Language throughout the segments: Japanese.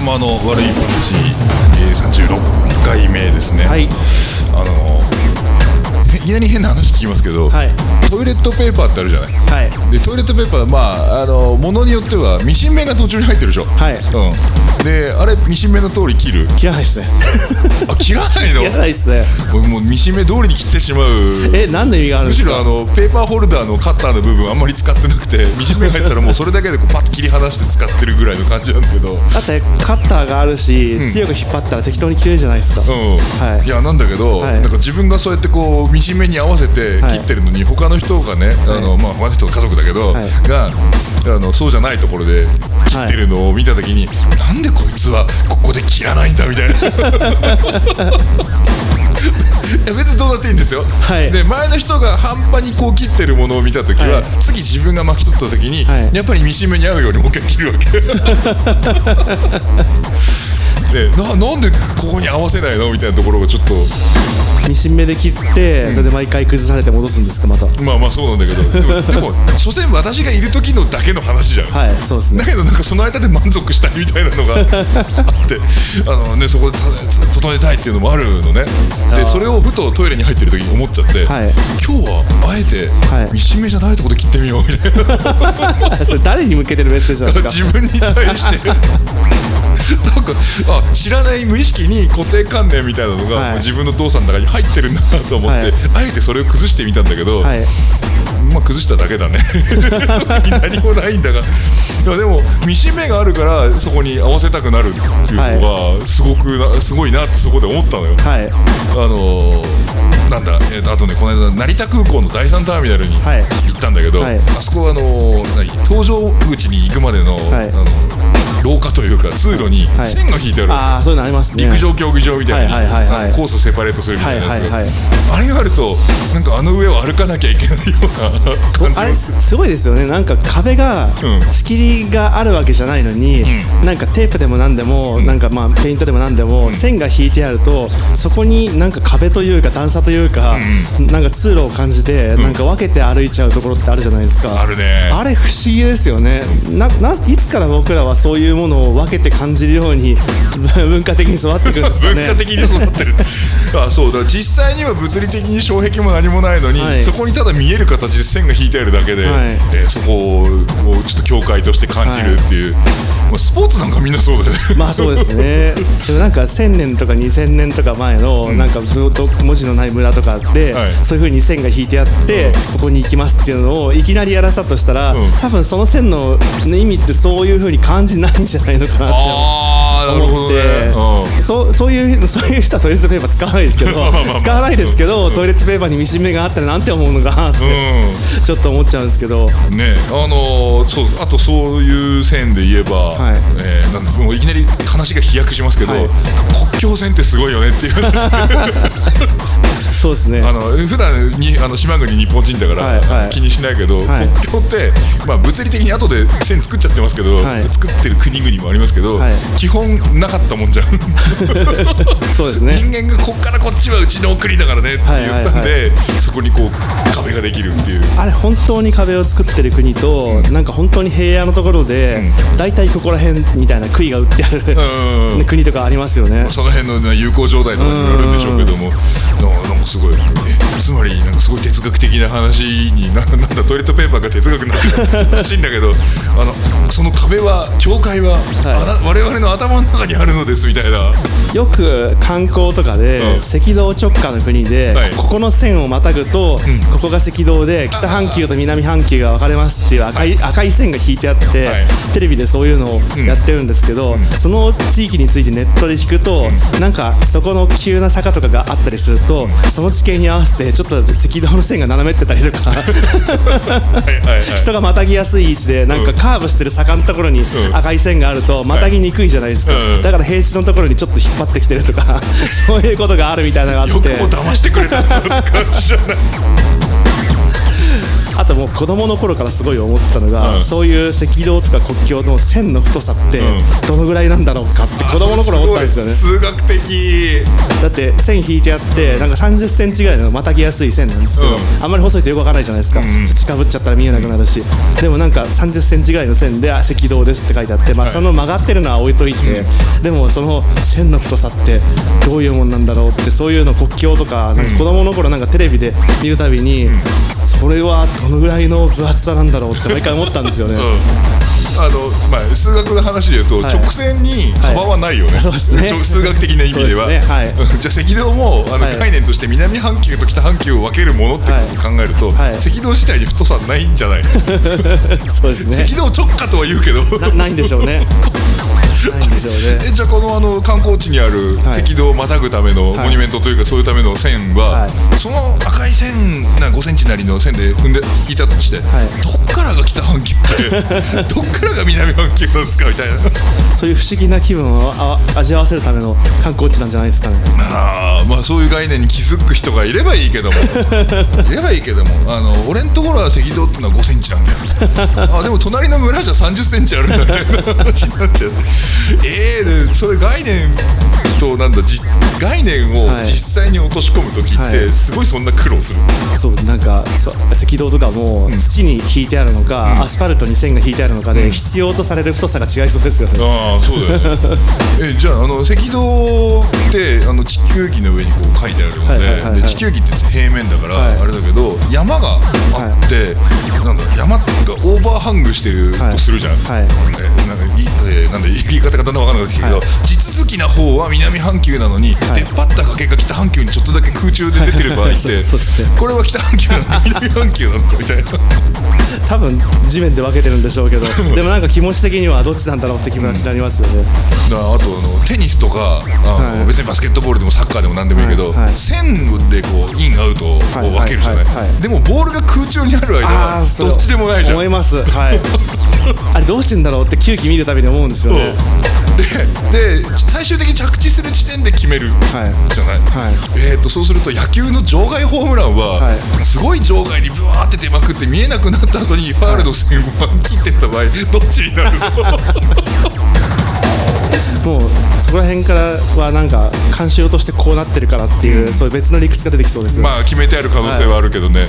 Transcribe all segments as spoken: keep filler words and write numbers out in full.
頭の悪い話、えー、さんじゅうろっかいめですね。 はい。 あのいきなり変な話聞きますけど、はい、トイレットペーパーってあるじゃない、はい、でトイレットペーパー、まあ、あのものによってはミシン目が途中に入ってるでしょ、はい、うん、であれミシン目の通り切る？ 切らないっすね。 あ、切らないの？ 切らないっすね。 もうミシン目通りに切ってしまう。 え、何の意味があるんですか？ むしろあのペーパーホルダーのカッターの部分あんまり使ってなくて、ミシン目が入ったらもうそれだけでこうパッと切り離して使ってるぐらいの感じなんだけど、 だってカッターがあるし、うん、強く引っ張ったら適当に切れるじゃないですか。うん、はい、いやなんだけど、はい、なんか自分がそうやってこうミシン目に合わせて切ってるのに、はい、他の人がね、あの、まあ、他の人の家族だけど、はい、があのそうじゃないところで切ってるのを見たときに、はい、なんでこいつはここで切らないんだみたいな。いや別にどうだっていいんですよ、はい、で前の人が半端にこう切ってるものを見たときは、はい、次自分が巻き取ったときに、はい、やっぱりミシン目に合うようにもう一回切るわけ。で な, なんでここに合わせないのみたいなところがちょっとミシン目で切って、うん、それで毎回崩されて戻すんですかまた。まあまあそうなんだけど、で も, でも所詮私がいる時のだけの話じゃん。 はい、そうですね。 だけどなんかその間で満足したいみたいなのがあってあの、ね、そこで整えたいっていうのもあるのね。でそれをふとトイレに入ってる時に思っちゃって、はい、今日はあえてミシン目じゃないところで切ってみようみたいな。 それ誰に向けてるメッセージなんですか？ 自分に対して。なんかあ知らない無意識に固定観念みたいなのが、はい、自分の動作の中に入ってるんだなと思って、はい、あえてそれを崩してみたんだけど、はい、まあ崩しただけだね。何もないんだが、いやでもミシン目があるからそこに合わせたくなるっていうのがすごくなすごいなってそこで思ったのよ。はい、あのー、なんだ、えー、とあとねこの間成田空港のだいさんターミナルに行ったんだけど、はい、あそこはあのー、何搭乗口に行くまでの、はい、あの廊下というか通路に線が引いてある、 はい、あそういうのありますね。 陸上競技場みたいに、はいはいはいはい、コースセパレートするみたいなやつ、はいはいはい、あれがあるとなんかあの上を歩かなきゃいけないような感じあれすごいですよね。なんか壁が、うん、仕切りがあるわけじゃないのに、うん、なんかテープでもなんでも、うん、なんかまあペイントでもなんでも、うん、線が引いてあるとそこになんか壁というか段差というか、うん、なんか通路を感じて、うん、なんか分けて歩いちゃうところってあるじゃないですか。 あるね。 あれ不思議ですよね。なないつから僕らはそういうものを分けて感じるように文化的に育ってくるんですかね。 文化的に育ってる。あそうだ実際には物理的に障壁も何もないのに、はい、そこにただ見える形で線が引いてあるだけで、はい、えー、そこをちょっと境界として感じるっていう、はい、まあ、スポーツなんかみんなそうだよね。 まあそうですね。でもなんかせんねんとかにせんねんとか前の、うん、なんか文字のない村とかで、はい、そういう風に線が引いてあって、うん、ここに行きますっていうのをいきなりやらせたとしたら、うん、多分その線の意味ってそういう風に感じないんじゃないのかなって思って、ね、うん、そ, そういうそういう人はトイレットペーパー使わないですけど使わないですけど、うん、トイレットペーパーにミシン目があったらなんて思うのかなって、うん、ちょっと思っちゃうんですけどね。あのー、そうあとそういう線で言えば、はい、えー、なんだもういきなり話が飛躍しますけど、はい、国境線ってすごいよねっていう話。 そうですね。 あの普段にあの島国日本人だから、はいはい、気にしないけど、はい、国境って、まあ、物理的に後で線作っちゃってますけど、はい、作ってる国々もありますけど、はい、基本なかったもんじゃん。 そうですね。 人間がこっからこっちはうちの国だからねって言ったんで、はいはいはい、そこにこう壁ができるっていう。 あれ本当に壁を作ってる国と、うん、なんか本当に平野のところで、うん、大体ここら辺みたいな杭が打ってある、うん、国とかありますよね。 その辺の、ね、友好状態とかにもよるんでしょうけども、なんかすごい、えつまりなんかすごい哲学的な話に な, なんだトイレットペーパーが哲学になってほしいんだけど、あのその壁は境界は、はい、我々の頭の中にあるのですみたいな。 よく観光とかで、うん、赤道直下の国で、はい、ここの線をまたぐと、うん、ここが赤道で北半球と南半球が分かれますっていう赤い、はい、赤い線が引いてあって、はい、テレビでそういうのをやってるんですけど、うん、その地域についてネットで聞くと、うん、なんかそこの急な坂とかがあったりすると、うん、その地形に合わせてちょっと赤道の線が斜めってたりとかはいはい、はい、人がまたぎやすい位置でなんかカーブしてる坂のところに赤い線があるとまたぎにくいじゃないですか、はい、だから平地のところにちょっと引っ張ってきてるとかそういうことがあるみたいなのがあって、 よくも騙してくれた感じじゃない。 あともう子供の頃からすごい思ってたのが、うん、そういう赤道とか国境の線の太さってどのぐらいなんだろうかって子供の頃思ったんですよね。 数学的だって線引いてあってなんかさんじゅっセンチぐらいのまたぎやすい線なんですけど、うん、あんまり細いとよくわからないじゃないですか、うん、土かぶっちゃったら見えなくなるし、でもなんかさんじゅっセンチぐらいの線で赤道ですって書いてあって、まあ、その曲がってるのは置いといて、はい、でもその線の太さってどういうもんなんだろうって、そういうの国境とか、なんか子供の頃なんかテレビで見るたびに、うん、それはどのぐらいの分厚さなんだろうって毎回思ったんですよね。うんあのまあ、数学の話でいうと、はい、直線に幅はないよね、はい、そうですね数学的な意味ではで、ねはい、じゃあ赤道もあの概念として南半球と北半球を分けるものってことを考えると、はいはい、赤道自体に太さないんじゃないそうですね。 赤道直下とは言うけどな, ないんでしょうねないんでしょうね。 えじゃあこの、あの観光地にある赤道をまたぐためのモニュメントというか、そういうための線は、はい、その赤い線なごセンチなりの線で踏んで引いたとして、はい、どっからが北半球でどっからが南半球なんですかみたいなそういう不思議な気分をあ味わわせるための観光地なんじゃないですかね。 あ、まあ、そういう概念に気づく人がいればいいけどもいればいいけどもあの俺んところは赤道っていうのはごセンチなんだよあでも隣の村じゃさんじゅっセンチあるんだみたいな話になっちゃうえー、でそれ概念となんだじ概念を実際に落とし込むときってすごいそんな苦労する、 はい、そうなんか赤道とかも土に引いてあるのか、うん、アスファルトに線が引いてあるのかで、うん、必要とされる太さが違いそうですよね。 ああそうだよねえじゃあ、あの赤道ってあの地球儀の上にこう書いてあるので、はいはいはいはい、で地球儀って平面だから、はい、あれだけど山があって、はい、なんだ山がオーバーハングしてるとするじゃん、はいはい、えなんかいえー、なんだ言い方がだんだん分からなかったけど、はい、地続きな方は南半球なのに、はい、出っ張った崖が北半球にちょっとだけ空中で出てる場合ってそうそう、ね、これは北半球なのか南半球なのかみたいな多分地面で分けてるんでしょうけどでもなんか気持ち的にはどっちなんだろうって気持ちになりますよね、 うん、だあとあのテニスとかあの、はい、別にバスケットボールでもサッカーでも何でもいいけど、はいはい、線でこうインアウトを分けるじゃない、はいはいはいはい、でもボールが空中にある間はどっちでもないじゃん。 思います、はい、あれどうしてんだろうって球技見るたびに思うんですよね。 で, で最終的に着地する地点で決めるじゃない、はいはいえー、とそうすると野球の場外ホームランは、はい、すごい場外にブワーって出まくって見えなくなった後にファールの線を切っていった場合どっちになるのもうそこら辺からはなんか慣習としてこうなってるからっていう、うん、そういう別の理屈が出てきそうですよ。 まあ決めてある可能性はあるけどね、はい、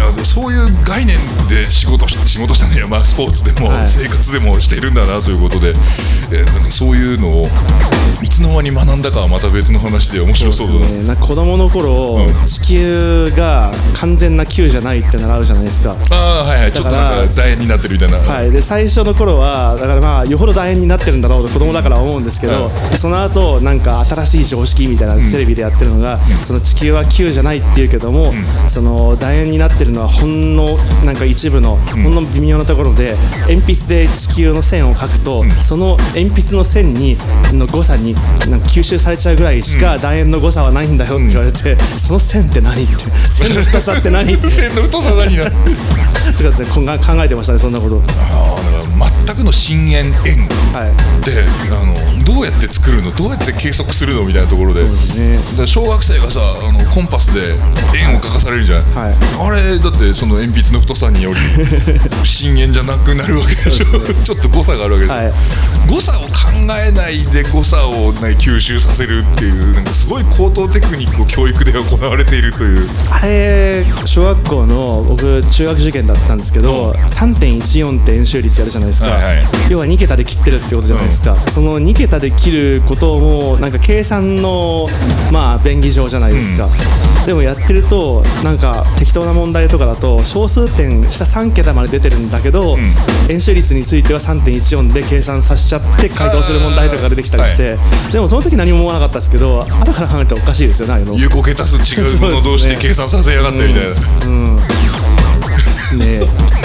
いやそういう概念で仕事し仕事したね、まあ、スポーツでも生活でもしてるんだなということで、はいえー、なんかそういうのをいつの間に学んだかはまた別の話で面白そうだな。そうですね、 なんか子供の頃、うん、地球が完全な球じゃないって習うじゃないですか。 ああはいはいちょっとなんか楕円になってるみたいな、 はい、で最初の頃はだからまあよほど楕円になってるんだろうと子供だから思うんですけど、うん、その後なんか新しい常識みたいなテレビでやってるのが、うん、その地球は球じゃないっていうけども、うん、その楕円になってるのはほんのなんか一部の、うん、ほんの微妙なところで鉛筆で地球の線を描くと、うん、その鉛筆の線にの誤差になんか吸収されちゃうぐらいしか楕円の誤差はないんだよって言われて、うん、その線って何って線の太さって何って線の太さ何だとかって考えてましたねそんなこと。 あだから全くの深円円、はい、であのどうやって作るのどうやって計測するのみたいなところで、そうですね、小学生がさあのコンパスで円を描かされるじゃん、はいはい、あれだってその鉛筆の太さにより深円じゃなくなるわけでしょで、ね、ちょっと誤差があるわけです、はい、誤差を考えないで誤差を、ね、吸収させるっていうなんかすごい高等テクニックを教育で行われているという。 あれ小学校の僕中学受験だったんですけど、うん、さんてんいちよん って円周率やるじゃないですか、はいはい、要はに桁で切ってるってことじゃないですか、うん、そのに桁で切ることもなんか計算のまあ便宜上じゃないですか、うん、でもやってるとなんか適当な問題とかだと小数点下さん桁まで出てるんだけど、うん、円周率については さんてんいちよん で計算させちゃって回答する問題とかが出てきたりして、はい、でもその時何も思わなかったですけど後から考えておかしいですよねあの有効桁数違うもの同士で計算させやがってみたいな、 うんうん、ねえ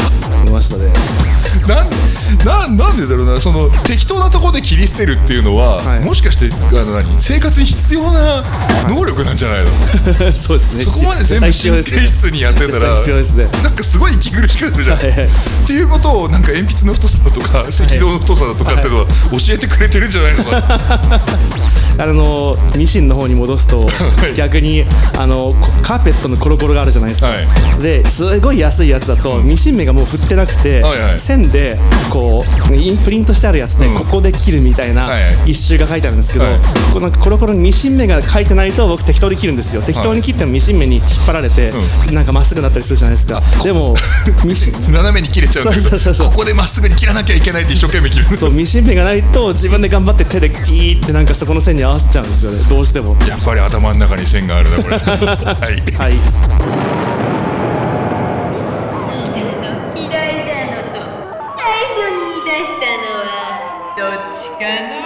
いましたね。 なんななんでだろうな、その適当なところで切り捨てるっていうのは、はい、もしかしてあの何生活に必要な能力なんじゃないの、 はい、そうですね。 そこまで全部神経質にやってたら、ね、なんかすごい息苦しくなるじゃん、はいはい、っていうことをなんか鉛筆の太さだとか赤道の太さだとかっていうのは教えてくれてるんじゃないのかな、はい、 あのミシンの方に戻すと、はい、逆にあのカーペットのコロコロがあるじゃないですか、はい、ですごい安いやつだと、うん、ミシン目がもう振ってなくて、はいはい、線でこうインプリントしてあるやつで、うん、ここで切るみたいな一周が書いてあるんですけど、はい、こうなんかコロコロにミシン目が書いてないと僕適当に切るんですよ。適当に切ってもミシン目に引っ張られて、うん、なんかまっすぐなったりするじゃないですか。でもミシン斜めに切れちゃうんだけど、そうそうそうそう、ここでまっすぐに切らなきゃいけないって一生懸命切るそうミシン目がないと自分で頑張って手でピーってなんかそこの線に合わせちゃうんですよね、どうしても。 やっぱり頭の中に線があるなこれはい、 はい、 左だのと最初に言い出したのはどっちかな。